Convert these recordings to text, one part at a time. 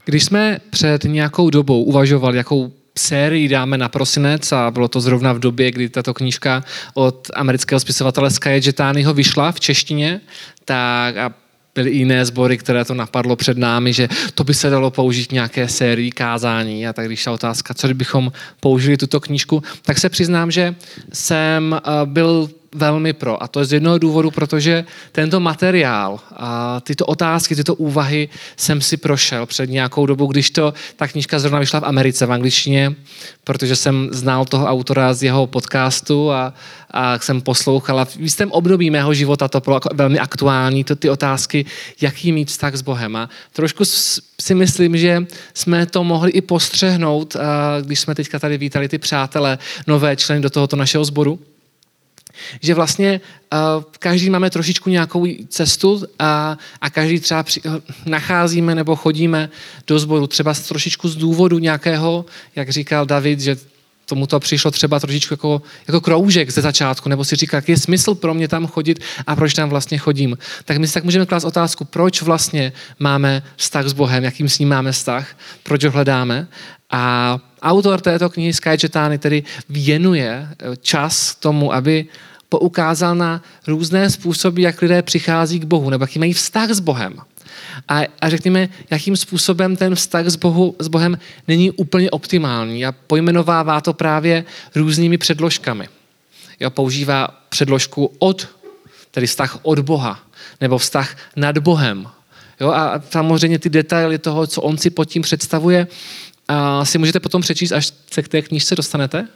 Když jsme před nějakou dobou uvažovali, jakou sérii dáme na prosinec, a bylo to zrovna v době, kdy tato knížka od amerického spisovatele Skye Jethányho vyšla v češtině, tak a byly i jiné sbory, které to napadlo před námi, že to by se dalo použít nějaké sérii kázání. A tak když ta otázka, co kdybychom použili tuto knížku, tak se přiznám, že jsem byl velmi pro. A to je z jednoho důvodu, protože tento materiál a tyto otázky, tyto úvahy jsem si prošel před nějakou dobou, když ta knížka zrovna vyšla v Americe v angličtině, protože jsem znal toho autora z jeho podcastu a jsem poslouchal. A v jistém období mého života to bylo velmi aktuální, ty otázky, jaký mít vztah s Bohem. A trošku si myslím, že jsme to mohli i postřehnout, když jsme teďka tady vítali ty přátelé, nové členy do tohoto našeho sboru, že vlastně každý máme trošičku nějakou cestu a každý třeba nacházíme nebo chodíme do sboru třeba trošičku z důvodu nějakého, jak říkal David, že tomu to přišlo třeba trošičku jako kroužek ze začátku, nebo si říkal, jaký je smysl pro mě tam chodit a proč tam vlastně chodím. Tak my si tak můžeme klást otázku, proč vlastně máme vztah s Bohem, jakým s ním máme vztah, proč ho hledáme. A autor této knihy Skye Jethání tedy věnuje čas tomu, aby poukázal na různé způsoby, jak lidé přichází k Bohu, nebo jaký mají vztah s Bohem. A řekněme, jakým způsobem ten vztah s Bohem není úplně optimální a pojmenovává to právě různými předložkami. Používá předložku tedy vztah od Boha, nebo vztah nad Bohem. A samozřejmě ty detaily toho, co on si pod tím představuje, si můžete potom přečíst, až se k té knížce dostanete.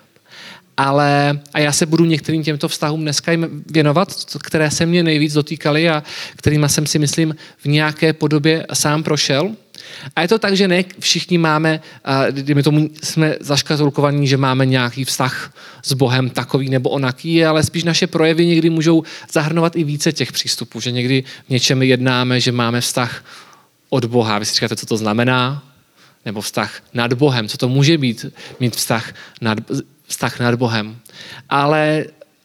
A já se budu některým těmto vztahům dneska věnovat, které se mě nejvíc dotýkaly a kterýma jsem si myslím v nějaké podobě sám prošel. A je to tak, že ne všichni máme, dejme tomu, jsme zaškatulkovaní, že máme nějaký vztah s Bohem takový nebo onaký, ale spíš naše projevy někdy můžou zahrnovat i více těch přístupů, že někdy v něčem jednáme, že máme vztah od Boha. Vy si říkáte, co to znamená? Nebo vztah nad Bohem, co to může být, mít vztah nad Bohem. Ale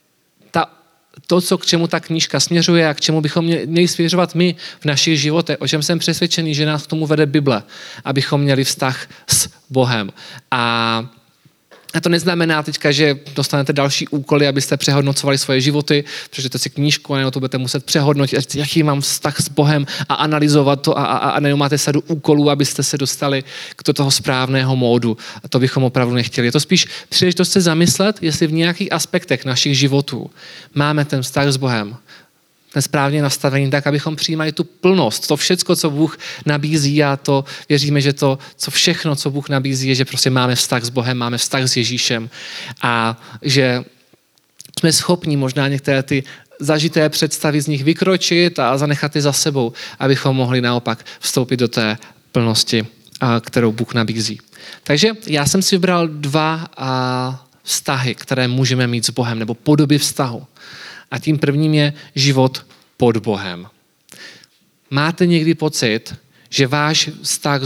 to, k čemu ta knížka směřuje a k čemu bychom měli směřovat my v našich životech, o čem jsem přesvědčený, že nás k tomu vede Bible, abychom měli vztah s Bohem. A to neznamená teďka, že dostanete další úkoly, abyste přehodnocovali svoje životy, přečtěte si knížku a nebo to budete muset přehodnotit, jaký mám vztah s Bohem a analyzovat to a nejenom máte sadu úkolů, abyste se dostali do toho správného módu. A to bychom opravdu nechtěli. Je to spíš příležitost se zamyslet, jestli v nějakých aspektech našich životů máme ten vztah s Bohem, ten správně nastavený tak, abychom přijímali tu plnost, to všecko, co Bůh nabízí a to věříme, že to, co všechno, co Bůh nabízí, je, že prostě máme vztah s Bohem, máme vztah s Ježíšem a že jsme schopni možná některé ty zažité představy z nich vykročit a zanechat je za sebou, abychom mohli naopak vstoupit do té plnosti, kterou Bůh nabízí. Takže já jsem si vybral dva vztahy, které můžeme mít s Bohem, nebo podoby vztahu. A tím prvním je život pod Bohem. Máte někdy pocit, že váš vztah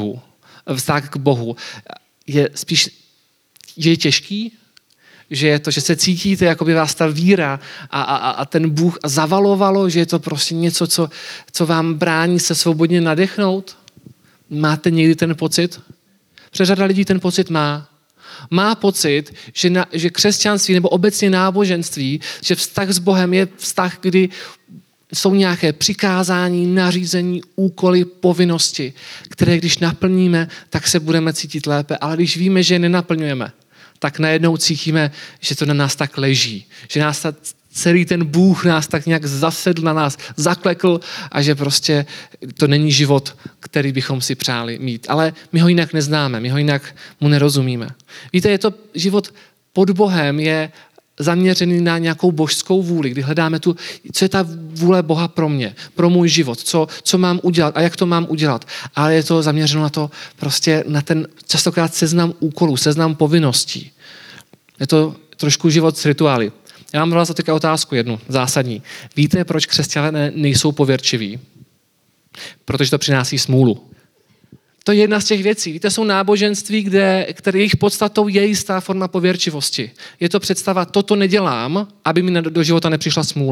k Bohu je spíš, že je těžký? Že je to, že se cítíte, jako by vás ta víra a ten Bůh zavalovalo, že je to prostě něco, co vám brání se svobodně nadechnout? Máte někdy ten pocit? Protože řada lidí ten pocit má. Má pocit, že křesťanství nebo obecně náboženství, že vztah s Bohem je vztah, kdy jsou nějaké přikázání, nařízení, úkoly, povinnosti, které když naplníme, tak se budeme cítit lépe. Ale když víme, že je nenaplňujeme, tak najednou cítíme, že to na nás tak leží. Že nás celý ten Bůh nás tak nějak zasedl na nás, zaklekl a že prostě to není život, který bychom si přáli mít. Ale my ho jinak neznáme, my ho jinak mu nerozumíme. Víte, je to život pod Bohem, je zaměřený na nějakou božskou vůli, kdy hledáme co je ta vůle Boha pro mě, pro můj život, co mám udělat a jak to mám udělat. Ale je to zaměřeno na to prostě na ten častokrát seznam úkolů, seznam povinností. Je to trošku život s rituály. Já vám vás teďka otázku jednu, zásadní. Víte, proč křesťané nejsou pověrčiví? Protože to přináší smůlu. To je jedna z těch věcí. Víte, jsou náboženství, které jejich podstatou je jistá forma pověrčivosti. Je to představa, toto nedělám, aby mi do života nepřišla smůla.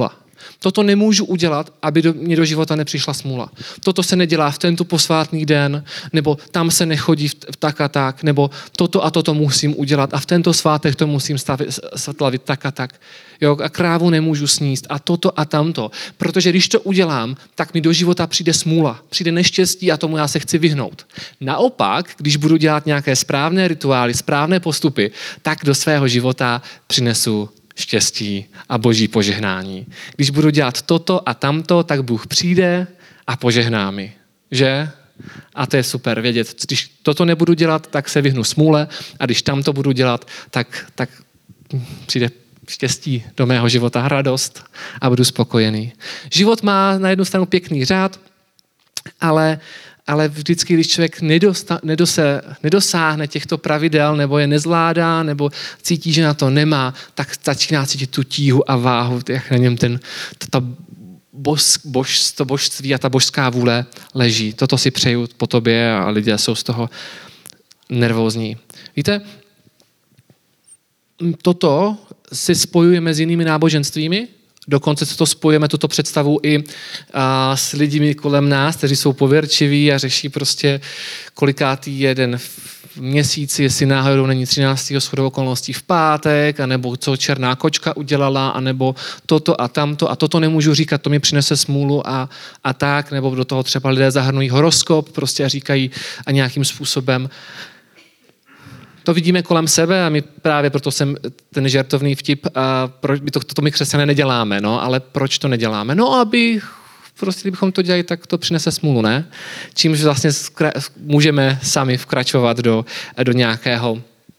Toto nemůžu udělat, aby mě do života nepřišla smůla. Toto se nedělá v tento posvátný den, nebo tam se nechodí v tak a tak, nebo toto a toto musím udělat a v tento svátek to musím slavit tak a tak. Jo, a krávu nemůžu sníst a toto a tamto. Protože když to udělám, tak mi do života přijde smůla, přijde neštěstí a tomu já se chci vyhnout. Naopak, když budu dělat nějaké správné rituály, správné postupy, tak do svého života přinesu štěstí a boží požehnání. Když budu dělat toto a tamto, tak Bůh přijde a požehná mi. Že? A to je super vědět. Když toto nebudu dělat, tak se vyhnu smůle a když tamto budu dělat, tak přijde štěstí do mého života, radost a budu spokojený. Život má na jednu stranu pěkný řád, ale vždycky, když člověk nedosáhne těchto pravidel, nebo je nezvládá, nebo cítí, že na to nemá, tak začíná cítit tu tíhu a váhu, jak na něm to božství a ta božská vůle leží. Toto si přeju po tobě a lidé jsou z toho nervózní. Víte, toto si spojujeme s jinými náboženstvími, dokonce se to spojujeme, tuto představu i s lidmi kolem nás, kteří jsou pověrčiví a řeší prostě kolikátý jeden v měsíci, jestli náhodou není 13. shodou okolností v pátek, anebo co černá kočka udělala, anebo toto a tamto a toto nemůžu říkat, to mi přinese smůlu a tak, nebo do toho třeba lidé zahrnují horoskop prostě a říkají a nějakým způsobem. To vidíme kolem sebe a my právě proto jsem ten žertovný vtip, toto my křesťané neděláme, no, ale proč to neděláme? No, aby prostě, kdybychom to dělali, tak to přinese smůlu, ne? Čímž vlastně můžeme sami vkračovat do nějakého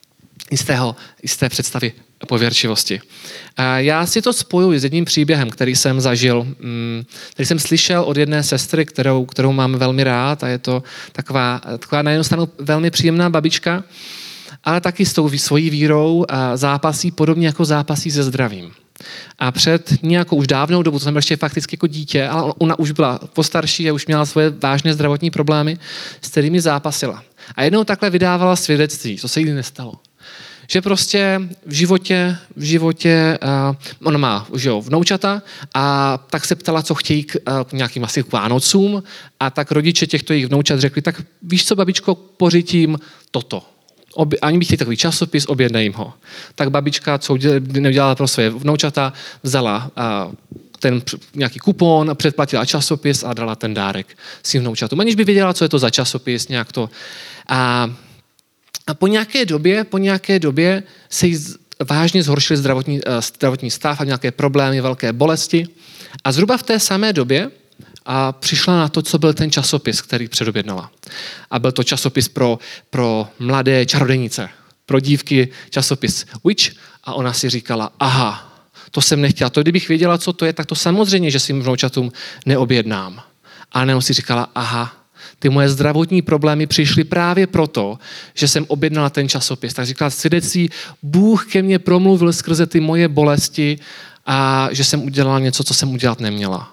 jisté představy pověrčivosti. Já si to spojuji s jedním příběhem, který jsem zažil, který jsem slyšel od jedné sestry, kterou mám velmi rád a je to taková na jednu stranu velmi příjemná babička, ale taky s tou svojí vírou zápasí podobně jako zápasí se zdravím. A před nějakou už dávnou dobu, to jsem byl ještě fakticky jako dítě, ale ona už byla postarší a už měla svoje vážné zdravotní problémy, s kterými zápasila. A jednou takhle vydávala svědectví, co se jí nestalo. Že prostě v životě ona má vnoučata a tak se ptala, co chtějí k nějakým asi Vánocům a tak rodiče těchto jejich vnoučat řekli, tak víš co, babičko, pořítím toto. Ani bych chtěl takový časopis, objednej jim ho. Tak babička, co neudělala pro své vnoučata, vzala ten nějaký kupon, předplatila časopis a dala ten dárek svým vnoučatům. Aniž by věděla, co je to za časopis, nějak to. A po nějaké době se jí vážně zhoršily zdravotní stav a nějaké problémy, velké bolesti. A zhruba v té samé době a přišla na to, co byl ten časopis, který předobjednala. A byl to časopis pro mladé čarodějnice, pro dívky časopis Witch a ona si říkala, aha, to jsem nechtěla. To kdybych věděla, co to je, tak to samozřejmě, že svým vnoučatům neobjednám. A nebo si říkala, aha, ty moje zdravotní problémy přišly právě proto, že jsem objednala ten časopis. Tak říkala svědectví, Bůh ke mně promluvil skrze ty moje bolesti a že jsem udělala něco, co jsem udělat neměla.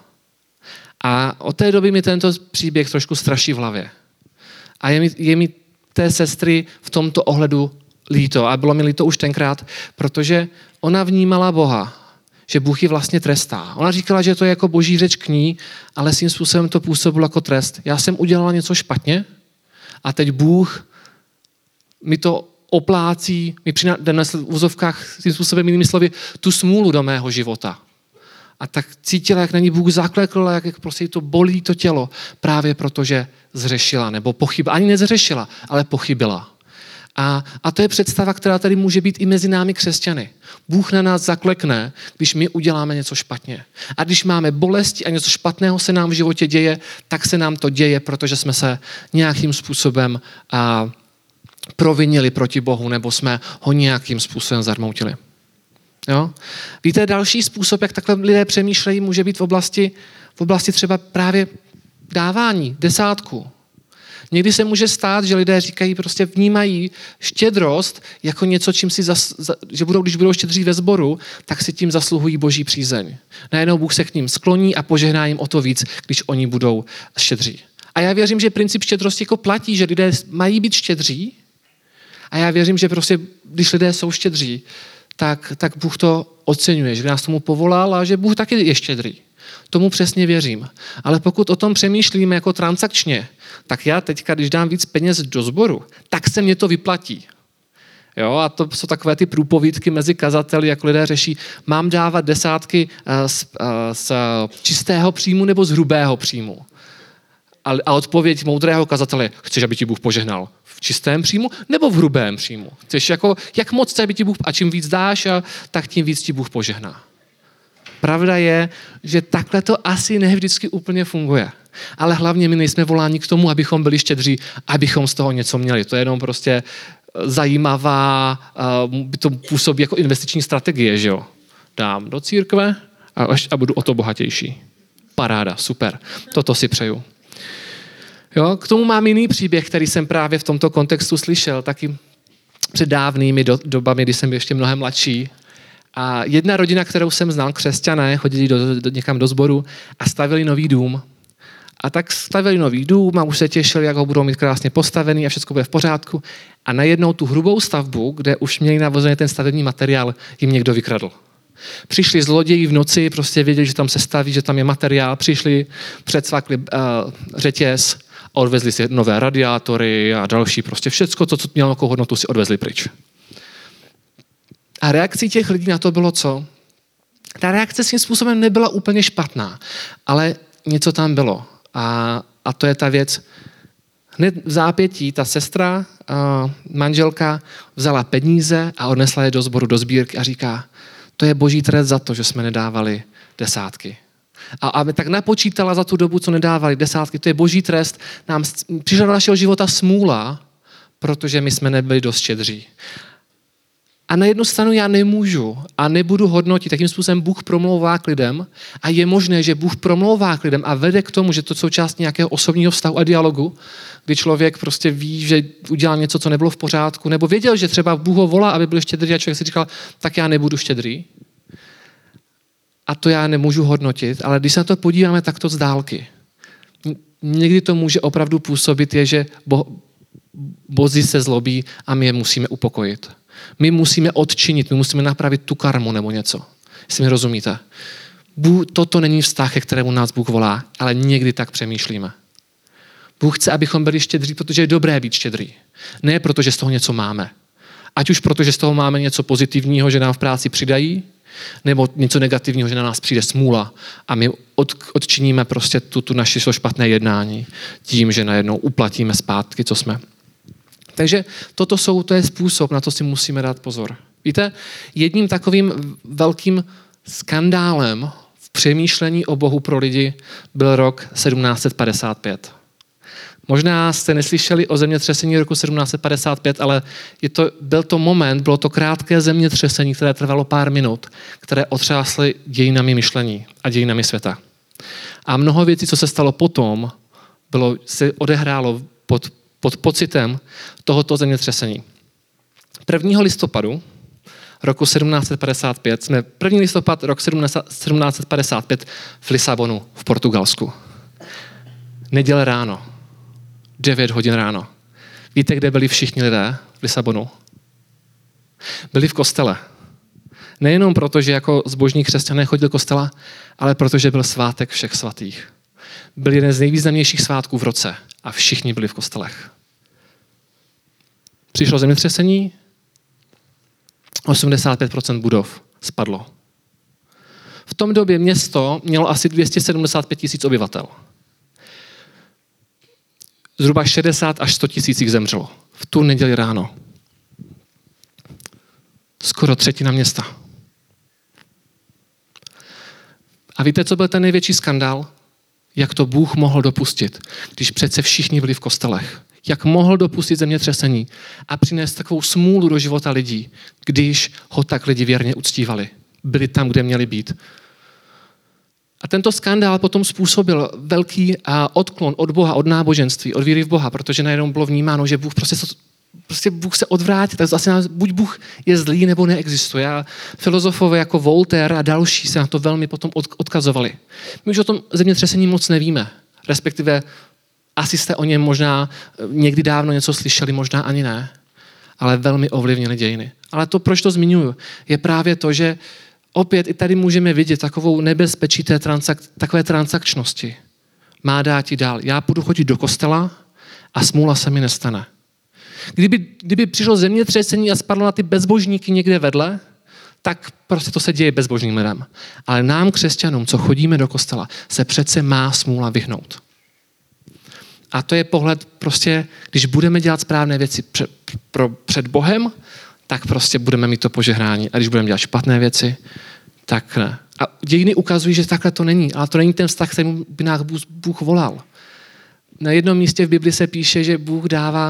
A od té doby mi tento příběh trošku straší v hlavě. A je mi té sestry v tomto ohledu líto. A bylo mi líto už tenkrát, protože ona vnímala Boha, že Bůh ji vlastně trestá. Ona říkala, že to je jako boží řeč k ní, ale svým způsobem to působilo jako trest. Já jsem udělala něco špatně a teď Bůh mi to oplácí, mi přinesl v vozovkách svým způsobem, jinými slovy, tu smůlu do mého života. A tak cítila, jak na ní Bůh zaklekl, jak prostě to bolí to tělo, právě protože zřešila nebo pochybila. Ani nezřešila, ale pochybila. A to je představa, která tady může být i mezi námi křesťany. Bůh na nás zaklekne, když my uděláme něco špatně. A když máme bolesti a něco špatného se nám v životě děje, tak se nám to děje, protože jsme se nějakým způsobem provinili proti Bohu nebo jsme ho nějakým způsobem zarmoutili. Jo? Víte, další způsob, jak takhle lidé přemýšlejí, může být v oblasti třeba právě dávání, desátku. Někdy se může stát, že lidé říkají, prostě vnímají štědrost jako něco, čím si když budou štědří ve sboru, tak si tím zasluhují boží přízeň. Najednou Bůh se k ním skloní a požehná jim o to víc, když oni budou štědří. A já věřím, že princip štědrosti jako platí, že lidé mají být štědří a já věřím, že prostě, když lidé jsou štědří, tak Bůh to oceňuje, že nás tomu povolal a že Bůh taky je štědrý. Tomu přesně věřím. Ale pokud o tom přemýšlíme jako transakčně, tak já teďka, když dám víc peněz do sboru, tak se mě to vyplatí. Jo, a to jsou takové ty průpovídky mezi kazateli, jak lidé řeší, mám dávat desátky z čistého příjmu nebo z hrubého příjmu. A odpověď moudrého kazatele, chceš, aby ti Bůh požehnal v čistém příjmu nebo v hrubém příjmu? Chceš jak moc chce, aby ti Bůh, a čím víc dáš, tak tím víc ti Bůh požehná. Pravda je, že takhle to asi ne vždycky úplně funguje. Ale hlavně my nejsme voláni k tomu, abychom byli štědří, abychom z toho něco měli. To je jenom prostě zajímavá, to působí jako investiční strategie, že jo? Dám do církve a budu o to bohatější. Paráda, super. Toto si přeju. Jo, k tomu mám jiný příběh, který jsem právě v tomto kontextu slyšel, taky před dávnými dobami, kdy jsem byl ještě mnohem mladší. A jedna rodina, kterou jsem znal, křesťané, chodili někam do sboru a stavili nový dům. A tak stavili nový dům a už se těšili, jak ho budou mít krásně postavený a všechno bude v pořádku. A najednou tu hrubou stavbu, kde už měli navozený ten stavební materiál, jim někdo vykradl. Přišli zloději v noci, prostě věděli, že tam se staví, že tam je materiál, přišli, předsvakli řetěz a odvezli si nové radiátory a další, prostě všecko, co mělo nějakou hodnotu, si odvezli pryč. A reakcí těch lidí na to bylo co? Ta reakce svým způsobem nebyla úplně špatná, ale něco tam bylo. A to je ta věc. Hned v zápětí ta sestra, manželka, vzala peníze a odnesla je do sboru, do sbírky a říká, to je boží trest za to, že jsme nedávali desátky. A aby tak napočítala za tu dobu, co nedávali desátky, to je boží trest. Nám přišla do našeho života smůla, protože my jsme nebyli dost štědří. A na jednu stranu já nemůžu a nebudu hodnotit, jakým způsobem Bůh promlouvá k lidem a je možné, že Bůh promlouvá k lidem a vede k tomu, že to součást nějakého osobního vztahu a dialogu, kdy člověk prostě ví, že udělal něco, co nebylo v pořádku, nebo věděl, že třeba Bůh ho volá, aby byl štědrý a člověk si říkal, tak já nebudu štědrý. A to já nemůžu hodnotit, ale když se na to podíváme takto z dálky, někdy to může opravdu působit, je, že bozi se zlobí a my je musíme upokojit. My musíme odčinit, my musíme napravit tu karmu nebo něco. Jestli mi rozumíte. Toto není vztah, ke kterému nás Bůh volá, ale někdy tak přemýšlíme. Bůh chce, abychom byli štědří, protože je dobré být štědrý. Ne proto, že z toho něco máme. Ať už proto, že z toho máme něco pozitivního, že nám v práci přidají, nebo něco negativního, že na nás přijde smůla a my odčiníme prostě tu naše špatné jednání tím, že najednou uplatíme zpátky, co jsme. Takže to je způsob, na to si musíme dát pozor. Víte, jedním takovým velkým skandálem v přemýšlení o Bohu pro lidi byl rok 1755. Možná jste neslyšeli o zemětřesení roku 1755, ale byl to moment, bylo to krátké zemětřesení, které trvalo pár minut, které otřásly dějinami myšlení a dějinami světa. A mnoho věcí, co se stalo potom, se odehrálo pod pocitem tohoto zemětřesení. 1. listopadu roku 1755, 1. listopad rok 1755 v Lisabonu v Portugalsku. Neděle ráno. 9 hodin ráno. Víte, kde byli všichni lidé v Lisabonu? Byli v kostele. Nejenom proto, že jako zbožní křesťané chodili do kostela, ale protože byl svátek všech svatých. Byl jeden z nejvýznamnějších svátků v roce a všichni byli v kostelech. Přišlo zemětřesení, 85% budov spadlo. V tom době město mělo asi 275 000 obyvatel. Zhruba 60 až 100 000 jich zemřelo. V tu neděli ráno. Skoro třetina města. A víte, co byl ten největší skandál? Jak to Bůh mohl dopustit, když přece všichni byli v kostelech. Jak mohl dopustit zemětřesení a přinést takovou smůlu do života lidí, když ho tak lidi věrně uctívali. Byli tam, kde měli být. A tento skandál potom způsobil velký odklon od Boha, od náboženství, od víry v Boha, protože najednou bylo vnímáno, že Bůh prostě Bůh se odvrátí, tak asi buď Bůh je zlý, nebo neexistuje. A filozofové jako Voltaire a další se na to velmi potom odkazovali. My už o tom zemětřesení moc nevíme, respektive asi jste o něm možná někdy dávno něco slyšeli, možná ani ne. ale velmi ovlivnili dějiny. Ale to, proč to zmiňuji, je právě to, že opět i tady můžeme vidět takovou nebezpečí takové transakčnosti. Má dát ti dál. Já půjdu chodit do kostela a smůla se mi nestane. Kdyby přišlo zemětřesení a spadlo na ty bezbožníky někde vedle, tak prostě to se děje bezbožným lidem. Ale nám, křesťanům, co chodíme do kostela, se přece má smůla vyhnout. A to je pohled prostě, když budeme dělat správné věci před Bohem, tak prostě budeme mít to požehnání. A když budeme dělat špatné věci, tak ne. A dějiny ukazují, že takhle to není. Ale to není ten vztah, který by nás Bůh volal. Na jednom místě v Bibli se píše, že Bůh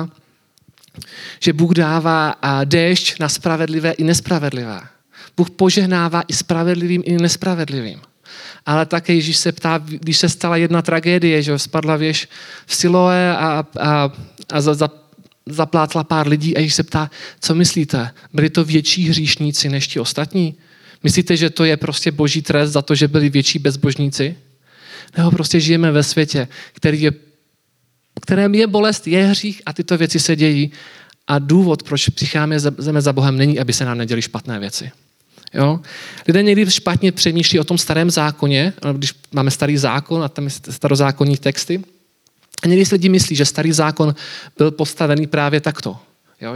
dává déšť na spravedlivé i nespravedlivé. Bůh požehnává i spravedlivým, i nespravedlivým. Ale také Ježíš se ptá, když se stala jedna tragédie, že spadla věž v Siloé a zaplátla pár lidí a Ježíš se ptá, co myslíte? Byli to větší hříšníci než ti ostatní? Myslíte, že to je prostě boží trest za to, že byli větší bezbožníci? Nebo prostě žijeme ve světě, kterém je bolest, je hřích a tyto věci se dějí. A důvod, proč přicházíme za Bohem, není, aby se nám neděly špatné věci. Jo? Lidé někdy špatně přemýšlí o tom starém zákoně, když máme starý zákon a tam je starozákonní texty. A někdy si lidi myslí, že starý zákon byl postavený právě takto. Jo?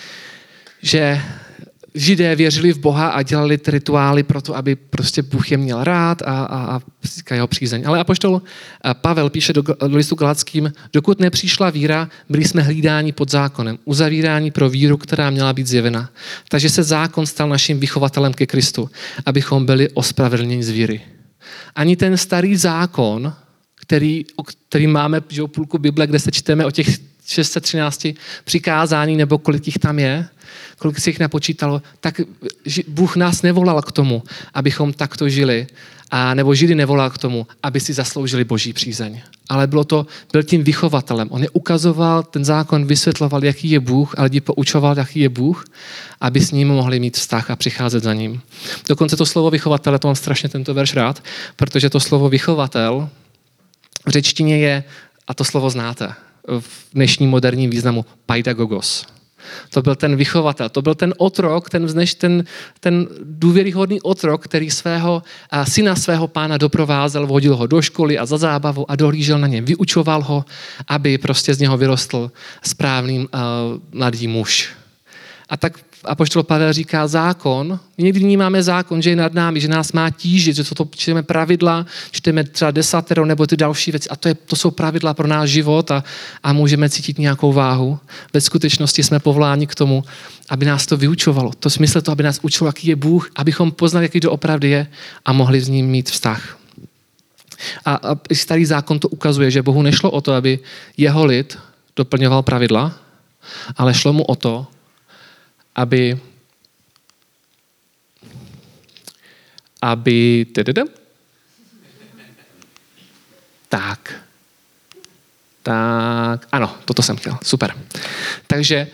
Že Židé věřili v Boha a dělali ty rituály pro to, aby prostě Bůh je měl rád a jeho přízeň. Ale apoštol Pavel píše do listu Galackým, dokud nepřišla víra, byli jsme hlídáni pod zákonem, uzavíráni pro víru, která měla být zjevena. Takže se zákon stal naším vychovatelem ke Kristu, abychom byli ospravedlněni z víry. Ani ten starý zákon, který máme půlku Bible, kde se čteme o těch 613 přikázání, nebo kolik jich tam je, kolik si jich napočítalo, tak Bůh nás nevolal k tomu, abychom takto žili, nebo Židy nevolal k tomu, aby si zasloužili boží přízeň. Ale byl tím vychovatelem. On je ukazoval, ten zákon vysvětloval, jaký je Bůh, a lidi poučoval, jaký je Bůh, aby s ním mohli mít vztah a přicházet za ním. Dokonce to slovo vychovatele, to mám strašně tento verš rád, protože to slovo vychovatel v řečtině je, a to slovo znáte, v dnešním moderním významu, paidagogos. To byl ten vychovatel, to byl ten otrok, ten důvěryhodný otrok, který syna svého pána doprovázel, vodil ho do školy a za zábavu a dohlížel na něj, vyučoval ho, aby prostě z něho vyrostl správný mladý muž. A tak apoštol Pavel říká zákon, někdy vnímáme zákon, že je nad námi, že nás má tížit, že to čteme pravidla, čteme třeba 10 nebo ty další věci a to jsou pravidla pro náš život a můžeme cítit nějakou váhu. Ve skutečnosti jsme povoláni k tomu, aby nás to vyučovalo. To smysl to, aby nás učilo, jaký je Bůh, abychom poznali, jaký doopravdy je a mohli s ním mít vztah. A starý zákon to ukazuje, že Bohu nešlo o to, aby jeho lid doplňoval pravidla, ale šlo mu o to, aby ano, toto jsem chtěl, super. Takže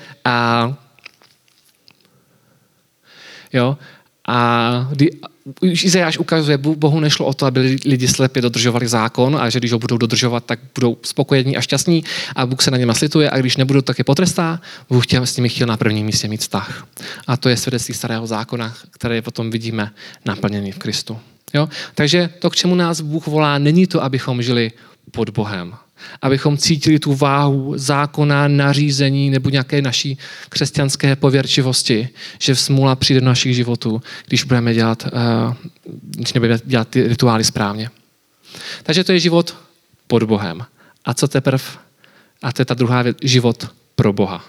už Izajáš ukazuje, Bohu nešlo o to, aby lidi slepě dodržovali zákon a že když ho budou dodržovat, tak budou spokojení a šťastní a Bůh se na ně naslituje a když nebudou, tak je potrestá. Bůh s nimi chtěl na prvním místě mít vztah. A to je svědectví starého zákona, které potom vidíme naplněný v Kristu. Jo? Takže to, k čemu nás Bůh volá, není to, abychom žili pod Bohem. Abychom cítili tu váhu zákona, nařízení nebo nějaké naší křesťanské pověrčivosti, že smůla přijde do našich životů, když nebudeme dělat ty rituály správně. Takže to je život pod Bohem. A co teprve? A to je ta druhá věc, život pro Boha.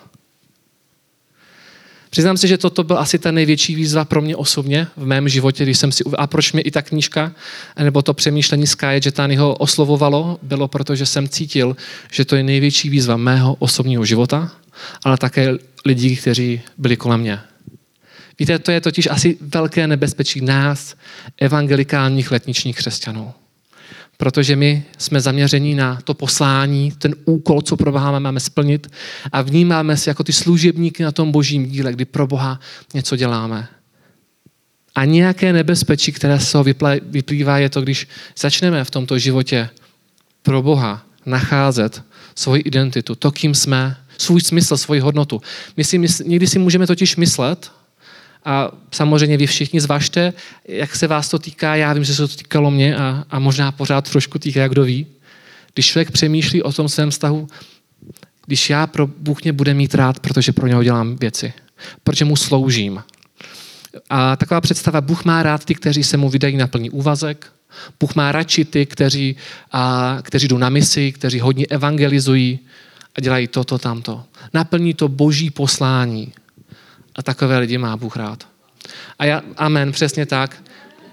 Přiznám si, že toto byl asi ta největší výzva pro mě osobně v mém životě, když jsem si a proč mě i ta knížka nebo to přemýšlení Skye Jethányho oslovovalo, bylo proto, že jsem cítil, že to je největší výzva mého osobního života, ale také lidí, kteří byli kolem mě. Víte, to je totiž asi velké nebezpečí nás, evangelikálních letničních křesťanů. Protože my jsme zaměření na to poslání, ten úkol, co pro Boha máme splnit a vnímáme se jako ty služebníky na tom božím díle, kdy pro Boha něco děláme. A nějaké nebezpečí, které z toho vyplývá, je to, když začneme v tomto životě pro Boha nacházet svoji identitu, to, kým jsme, svůj smysl, svoji hodnotu. Někdy si můžeme totiž myslet, a samozřejmě vy všichni zvažte, jak se vás to týká, já vím, že se to týkalo mě a možná pořád trošku týká, kdo ví. Když člověk přemýšlí o tom svém vztahu, když Bůh mě bude mít rád, protože pro něho dělám věci, protože mu sloužím. A taková představa, Bůh má rád ty, kteří se mu vydají na plný úvazek, Bůh má radši ty, kteří jdou na misi, kteří hodně evangelizují a dělají toto, tamto. Naplní to boží poslání. A takové lidi má Bůh rád. Amen, přesně tak.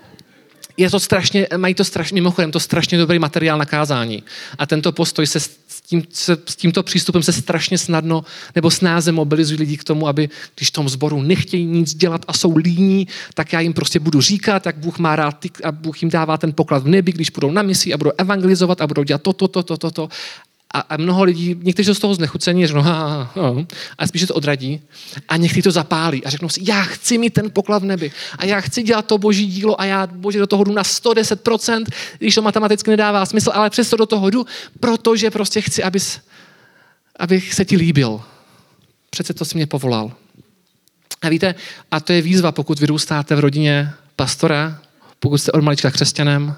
Mají to strašně, mimochodem, to strašně dobrý materiál na kázání. A tento postoj s tímto přístupem se strašně snadno nebo snáze mobilizují lidi k tomu, aby když v tom sboru nechtějí nic dělat a jsou líní, tak já jim prostě budu říkat, jak Bůh má rád a Bůh jim dává ten poklad v nebi, když budou na misi a budou evangelizovat a budou dělat toto. A mnoho lidí, někteří jsou z toho znechucení, řeknou, a spíš to odradí. A někteří to zapálí a řeknou si, já chci mít ten poklad v nebi a já chci dělat to boží dílo a já do toho jdu na 110%, když to matematicky nedává smysl, ale přesto do toho jdu, protože prostě chci, abych se ti líbil. Přece to jsi mě povolal. A víte, a to je výzva, pokud vyrůstáte v rodině pastora, pokud jste od malička křesťanem,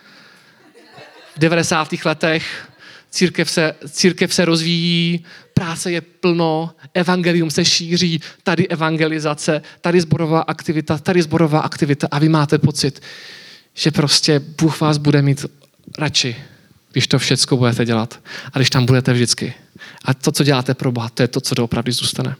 v 90. letech Církev se rozvíjí, práce je plno, evangelium se šíří, tady evangelizace, tady sborová aktivita a vy máte pocit, že prostě Bůh vás bude mít radši, když to všecko budete dělat a když tam budete vždycky. A to, co děláte pro Boha, to je to, co doopravdy zůstane.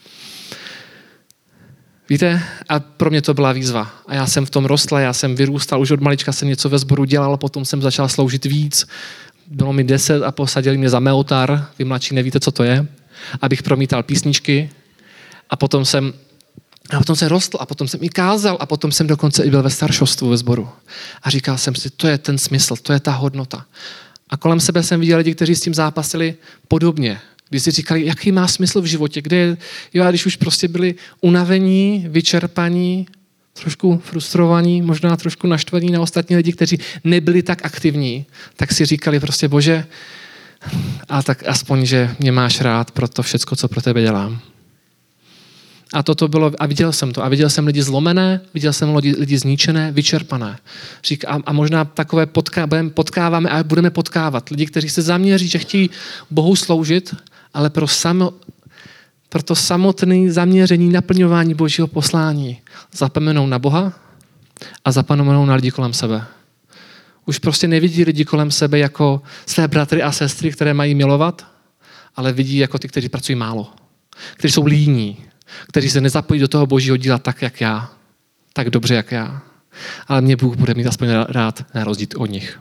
Víte, a pro mě to byla výzva. A já jsem v tom rostl, já jsem vyrůstal, už od malička jsem něco ve sboru dělal, potom jsem začal sloužit víc. Bylo mi 10 a posadili mě za meotar, vy mladší nevíte, co to je, abych promítal písničky. A potom jsem rostl a potom jsem i kázal a potom jsem dokonce i byl ve staršostvu ve sboru. A říkal jsem si, to je ten smysl, to je ta hodnota. A kolem sebe jsem viděl lidi, kteří s tím zápasili podobně. Když si říkali, jaký má smysl v životě, když už prostě byli unavení, vyčerpaní, trošku frustrovaní, možná trošku naštvaní na ostatní lidi, kteří nebyli tak aktivní, tak si říkali prostě, Bože, a tak aspoň, že mě máš rád pro to všecko, co pro tebe dělám. A toto bylo, a viděl jsem to. A viděl jsem lidi zlomené, viděl jsem lidi zničené, vyčerpané. A možná takové potkáváme a budeme potkávat. Lidi, kteří se zaměří, že chtějí Bohu sloužit, ale pro to samotné zaměření, naplňování božího poslání zapomenou na Boha a zapomenou na lidi kolem sebe. Už prostě nevidí lidi kolem sebe jako své bratry a sestry, které mají milovat, ale vidí jako ty, kteří pracují málo. Kteří jsou líní, kteří se nezapojí do toho božího díla tak, jak já. Tak dobře, jak já. Ale mě Bůh bude mít aspoň rád na rozdíl od nich.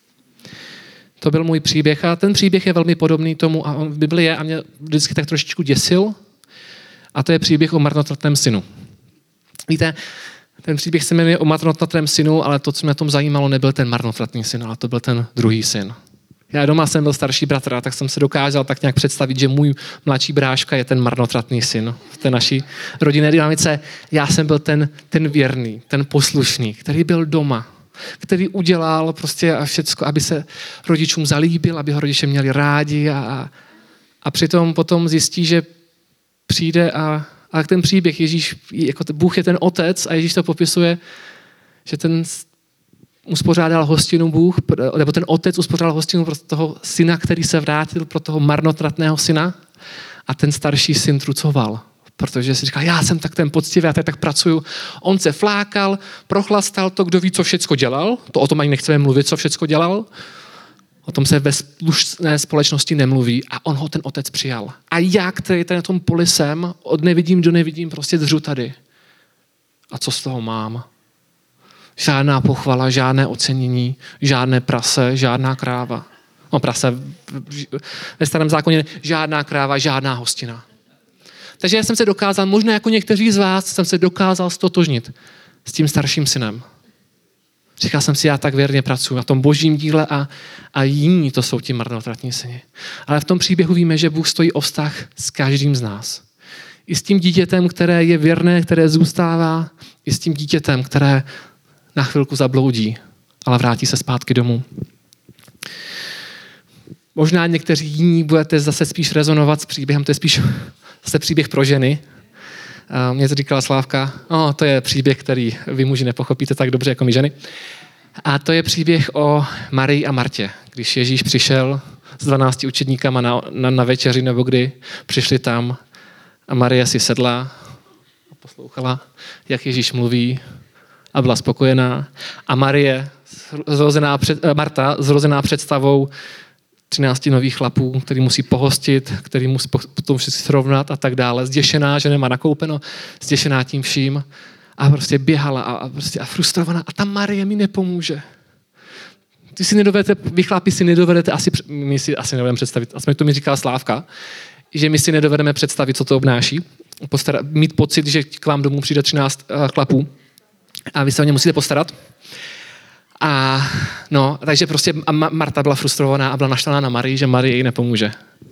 To byl můj příběh a ten příběh je velmi podobný tomu a v Bibli je a mě vždycky tak trošičku děsil a to je příběh o marnotratném synu. Víte, ten příběh se jmenuje o marnotratném synu, ale to, co mě tom zajímalo, nebyl ten marnotratný syn, ale to byl ten druhý syn. Já doma jsem byl starší bratr, tak jsem se dokázal tak nějak představit, že můj mladší bráška je ten marnotratný syn v té naší rodinné dynamice. Já jsem byl ten věrný, ten poslušný, který byl doma, který udělal prostě a všecko, aby se rodičům zalíbil, aby ho rodiče měli rádi a přitom potom zjistí, že přijde a ten příběh Ježíš, jako Bůh je ten otec a Ježíš to popisuje, že ten uspořádal hostinu Bůh, nebo ten otec uspořádal hostinu pro toho syna, který se vrátil, pro toho marnotratného syna a ten starší syn trucoval, protože si říkal, já jsem tak ten poctivý, já tady tak pracuju. On se flákal, prochlastal to, kdo ví, co všecko dělal, to o tom ani nechceme mluvit, co všecko dělal, o tom se ve slušné společnosti nemluví a on ho ten otec přijal. A já, který tady na tom poli jsem, od nevidím do nevidím, prostě dřu tady. A co z toho mám? Žádná pochvala, žádné ocenění, žádné prase, žádná kráva. No prase ve starém zákoně, žádná kráva, žádná hostina. Takže já jsem se dokázal, možná jako někteří z vás, jsem se dokázal stotožnit s tím starším synem. Říkal jsem si, já tak věrně pracuji na tom božím díle a jiní to jsou ti marnotratní syni. Ale v tom příběhu víme, že Bůh stojí o vztah s každým z nás. I s tím dítětem, které je věrné, které zůstává, i s tím dítětem, které na chvilku zabloudí, ale vrátí se zpátky domů. Možná někteří jiní budete zase spíš rezonovat s příběhem, to je spíš zase příběh pro ženy. Mě to říkala Slávka, to je příběh, který vy muži nepochopíte tak dobře jako my ženy. A to je příběh o Marii a Martě. Když Ježíš přišel s 12 učedníkama na večeři, nebo kdy přišli tam a Marie si sedla a poslouchala, jak Ježíš mluví a byla spokojená. A Marta, zrozená představou 13 nových chlapů, který musí pohostit, který musí potom si srovnat a tak dále. Zděšená, že nemá nakoupeno, zděšená tím vším. A prostě běhala a frustrovaná. A ta Marie mi nepomůže. Vy chlapi si nedovedete, my si asi nedovedeme představit, aspoň to mi říkala Slávka, že my si nedovedeme představit, co to obnáší. Mít pocit, že k vám domů přijde 13 chlapů a vy se o ně musíte postarat. Takže prostě Marta byla frustrovaná a byla naštvaná na Marii, že Marie jí nepomůže.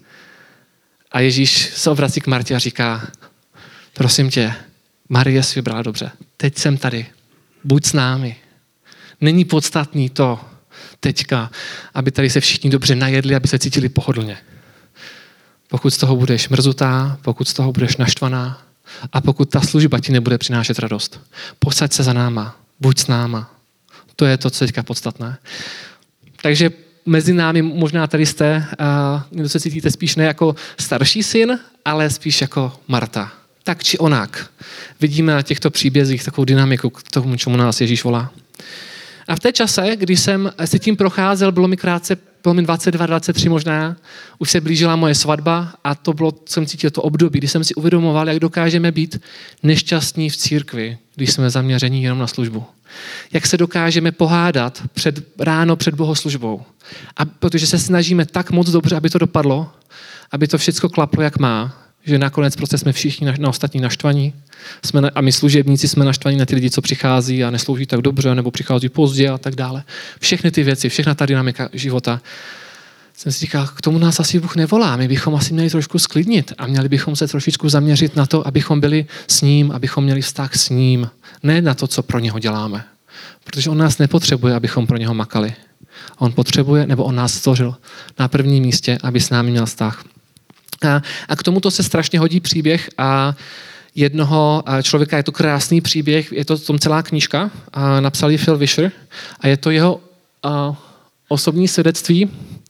A Ježíš se obrací k Martě a říká, prosím tě, Marie si vybrala dobře. Teď jsem tady. Buď s námi. Není podstatný to teďka, aby tady se všichni dobře najedli, aby se cítili pohodlně. Pokud z toho budeš mrzutá, pokud z toho budeš naštvaná a pokud ta služba ti nebude přinášet radost, posaď se za náma. Buď s náma. To je to, co je teďka podstatné. Takže mezi námi možná tady jste, kdo se cítíte spíš ne jako starší syn, ale spíš jako Marta. Tak či onak. Vidíme na těchto příbězích takovou dynamiku k tomu, čemu nás Ježíš volá. A v té čase, kdy jsem si tím procházel, bylo mi 22, 23 možná, už se blížila moje svatba a to bylo, jsem cítil to období, kdy jsem si uvědomoval, jak dokážeme být nešťastní v církvi, když jsme zaměření jenom na službu. Jak se dokážeme pohádat ráno před bohoslužbou. A protože se snažíme tak moc dobře, aby to dopadlo, aby to všechno klaplo, jak má, že nakonec prostě jsme všichni na ostatní naštvaní. A my služebníci jsme naštvaní na ty lidi, co přichází a neslouží tak dobře, nebo přichází pozdě a tak dále. Všechny ty věci, všechna ta dynamika života. Jsem si říkal, k tomu nás asi Bůh nevolá. My bychom asi měli trošku sklidnit a měli bychom se trošičku zaměřit na to, abychom byli s ním, abychom měli vztah s ním. Ne na to, co pro něho děláme. Protože on nás nepotřebuje, abychom pro něho makali. On potřebuje, nebo on nás stvořil na prvním místě, aby s námi měl vztah. A k tomuto se strašně hodí příběh a jednoho člověka, je to krásný příběh, je to tom celá knížka, napsal ji Phil Vischer a je to jeho osobní svědectví,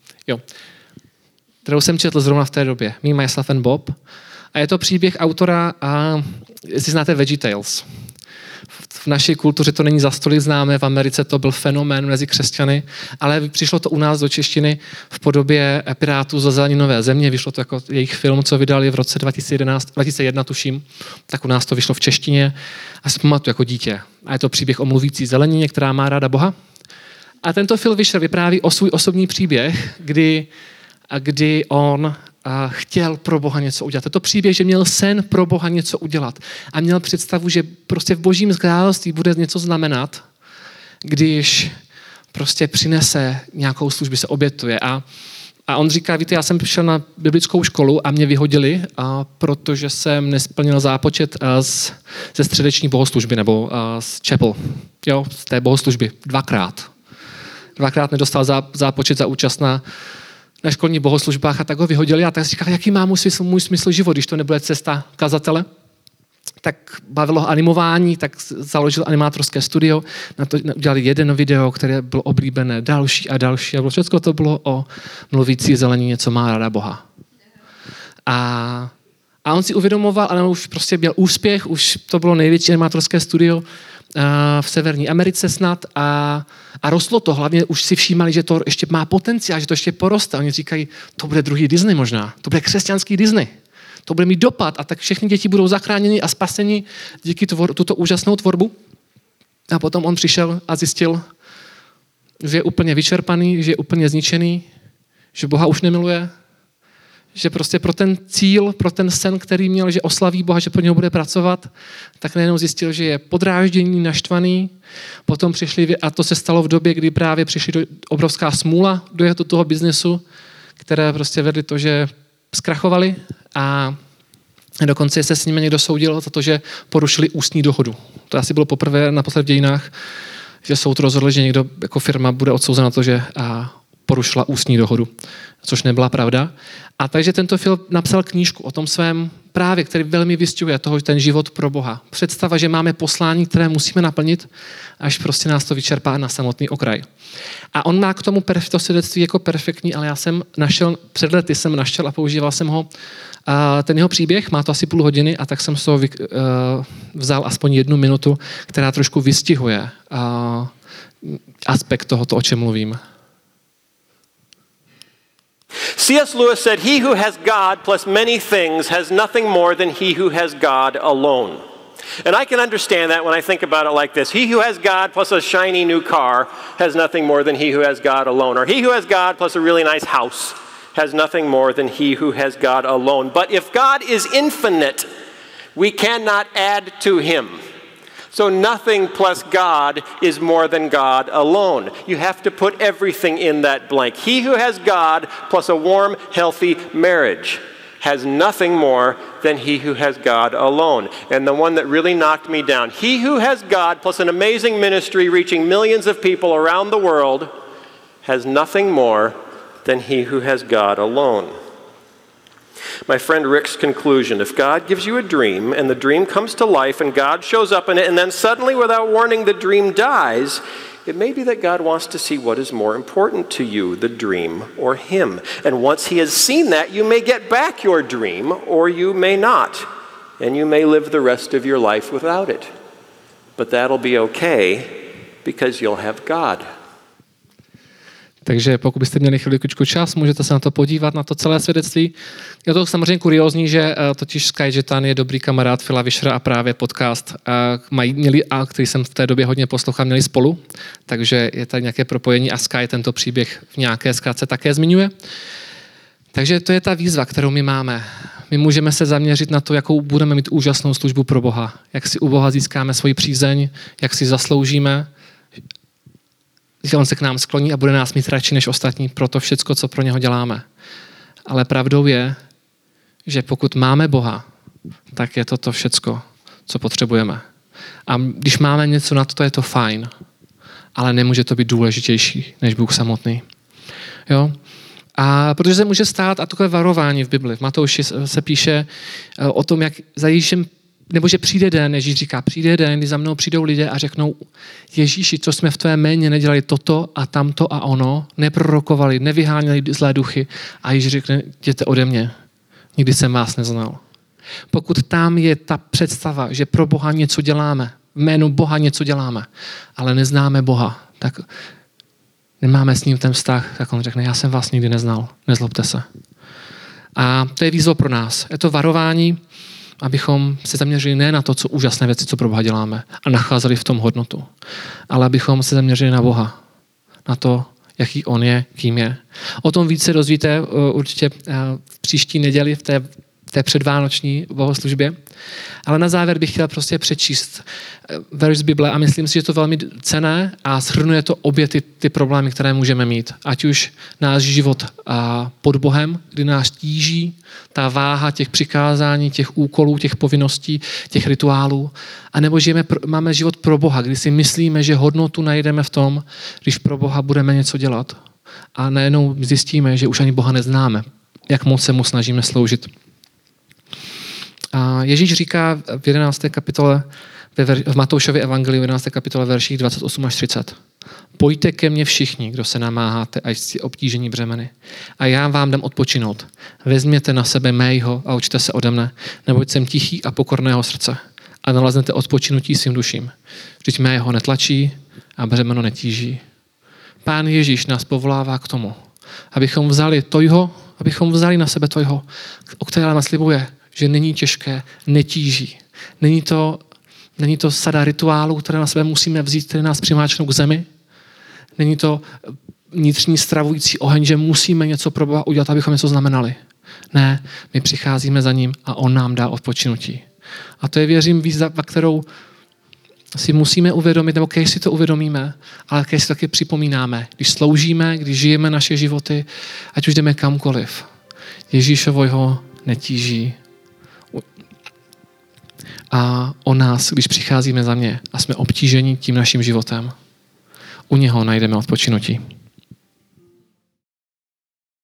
kterou jsem četl zrovna v té době, Me, Myself and Bob. A je to příběh autora, jestli znáte VeggieTales. V naší kultuře to není za stolik známé, v Americe to byl fenomén mezi křesťany, ale přišlo to u nás do češtiny v podobě Pirátů ze zeleninové země, vyšlo to jako jejich film, co vydali v roce 2001 tuším, tak u nás to vyšlo v češtině a si pamatuju jako dítě. A je to příběh o mluvící zelenině, která má ráda Boha. A tento Phil Vischer vypráví o svůj osobní příběh, kdy on chtěl pro Boha něco udělat. Je to příběh, že měl sen pro Boha něco udělat a měl představu, že prostě v Božím království bude něco znamenat, když prostě přinese nějakou službu, se obětuje. A on říká, víte, já jsem přišel na biblickou školu a mě vyhodili, protože jsem nesplnil zápočet ze středeční bohoslužby nebo z chapel, z té bohoslužby. Dvakrát nedostal zápočet za účast na školních bohoslužbách a tak ho vyhodili a tak si říkal, jaký má můj smysl život, když to nebude cesta kazatele. Tak bavilo ho animování, tak založil animátorské studio, na to udělali jeden video, které bylo oblíbené, další a další. A všechno to bylo o mluvící zelenině, co má ráda Boha. A on si uvědomoval, ale už prostě měl úspěch, už to bylo největší animátorské studio v Severní Americe snad a rostlo to. Hlavně už si všímali, že to ještě má potenciál, že to ještě poroste. Oni říkají, to bude druhý Disney možná, to bude křesťanský Disney. To bude mít dopad a tak všechny děti budou zachráněny a spaseni díky tuto úžasnou tvorbu. A potom on přišel a zjistil, že je úplně vyčerpaný, že je úplně zničený, že Boha už nemiluje, že prostě pro ten cíl, pro ten sen, který měl, že oslaví Boha, že pro něho bude pracovat, tak najednou zjistil, že je podrážděný, naštvaný. Potom přišli, a to se stalo v době, kdy právě přišli obrovská smůla do toho biznesu, které prostě vedly to, že zkrachovali a dokonce se s nimi někdo soudil za to, že porušili ústní dohodu. To asi bylo poprvé naposled v dějinách, že soud rozhodl, že někdo jako firma bude odsouzen na to, že porušila ústní dohodu, což nebyla pravda. A takže tento Filip napsal knížku o tom svém právě, který velmi vystihuje toho, ten život pro Boha. Představa, že máme poslání, které musíme naplnit, až prostě nás to vyčerpá na samotný okraj. A on má k tomu to svědectví jako perfektní, ale já jsem našel, před lety jsem našel a používal jsem ho, ten jeho příběh, má to asi půl hodiny, a tak jsem z toho vzal aspoň 1 minutu, která trošku vystihuje aspekt tohoto, o čem mluvím. C.S. Lewis said, "He who has God plus many things has nothing more than he who has God alone." And I can understand that when I think about it like this. He who has God plus a shiny new car has nothing more than he who has God alone. Or he who has God plus a really nice house has nothing more than he who has God alone. But if God is infinite, we cannot add to him. So nothing plus God is more than God alone. You have to put everything in that blank. He who has God plus a warm, healthy marriage has nothing more than he who has God alone. And the one that really knocked me down, he who has God plus an amazing ministry reaching millions of people around the world has nothing more than he who has God alone. My friend Rick's conclusion, if God gives you a dream and the dream comes to life and God shows up in it and then suddenly without warning the dream dies, it may be that God wants to see what is more important to you, the dream or him. And once he has seen that, you may get back your dream or you may not. And you may live the rest of your life without it. But that'll be okay because you'll have God. Takže pokud byste měli chviličku čas, můžete se na to podívat, na to celé svědectví. Je to samozřejmě kuriózní, že totiž Sky Jetan je dobrý kamarád Phila Vishera a právě podcast který jsem v té době hodně poslouchal, měli spolu, takže je tady nějaké propojení a Sky tento příběh v nějaké zkratce také zmiňuje. Takže to je ta výzva, kterou my máme. My můžeme se zaměřit na to, jakou budeme mít úžasnou službu pro Boha, jak si u Boha získáme svoji přízeň, jak si zasloužíme, že on se k nám skloní a bude nás mít radši než ostatní pro to všecko, co pro něho děláme. Ale pravdou je, že pokud máme Boha, tak je to všecko, co potřebujeme. A když máme něco na to, je to fajn, ale nemůže to být důležitější než Bůh samotný. Jo? A protože se může stát, a takové varování v Bibli, v Matouši se píše o tom, jak za Ježíšem, nebo že přijde den, Ježíš říká, přijde den, kdy za mnou přijdou lidé a řeknou, Ježíši, co jsme v tvé jméně nedělali toto a tamto a ono, neprorokovali, nevyháněli zlé duchy. A Ježíš řekne, jděte ode mě, nikdy jsem vás neznal. Pokud tam je ta představa, že pro Boha něco děláme, v jménu Boha něco děláme, ale neznáme Boha, tak nemáme s ním ten vztah, tak on řekne, já jsem vás nikdy neznal, nezlobte se. A to je výzva pro nás. Je to varování, abychom se zaměřili ne na to, co úžasné věci, co pro Boha děláme a nacházeli v tom hodnotu, ale abychom se zaměřili na Boha, na to, jaký on je, kým je. O tom více dozvíte určitě v příští neděli v té předvánoční bohoslužbě. Ale na závěr bych chtěl prostě přečíst verš z Bible a myslím si, že je to velmi cenné a shrnuje to obě ty problémy, které můžeme mít. Ať už náš život pod Bohem, kdy nás tíží ta váha těch přikázání, těch úkolů, těch povinností, těch rituálů, anebo máme život pro Boha, kdy si myslíme, že hodnotu najdeme v tom, když pro Boha budeme něco dělat. A najednou zjistíme, že už ani Boha neznáme, jak moc se mu snažíme sloužit. A Ježíš říká v 11. kapitole, v Matoušově evangeliu 11. kapitole verších 28 až 30. Pojďte ke mně všichni, kdo se namáháte a jste obtížení břemeny. A já vám dám odpočinout. Vezměte na sebe mého a učte se ode mne, neboť jsem tichý a pokorného srdce. A naleznete odpočinutí svým duším. Vždyť mého netlačí a břemeno netíží. Pán Ježíš nás povolává k tomu, abychom vzali na sebe toho, o které nás slibuje, že není těžké, netíží. Není to sada rituálů, které na sebe musíme vzít, které nás přimáčnou k zemi. Není to vnitřní stravující oheň, že musíme něco pro Boha udělat, abychom něco znamenali. Ne, my přicházíme za ním a on nám dá odpočinutí. A to je, věřím, výzva, kterou si musíme uvědomit, nebo když si to uvědomíme, ale když si taky připomínáme, když sloužíme, když žijeme naše životy, ať už jdeme kamkoliv. Ježíšovo jeho netíží. A o nás, když přicházíme za ně a jsme obtíženi tím naším životem, u něho najdeme odpočinutí.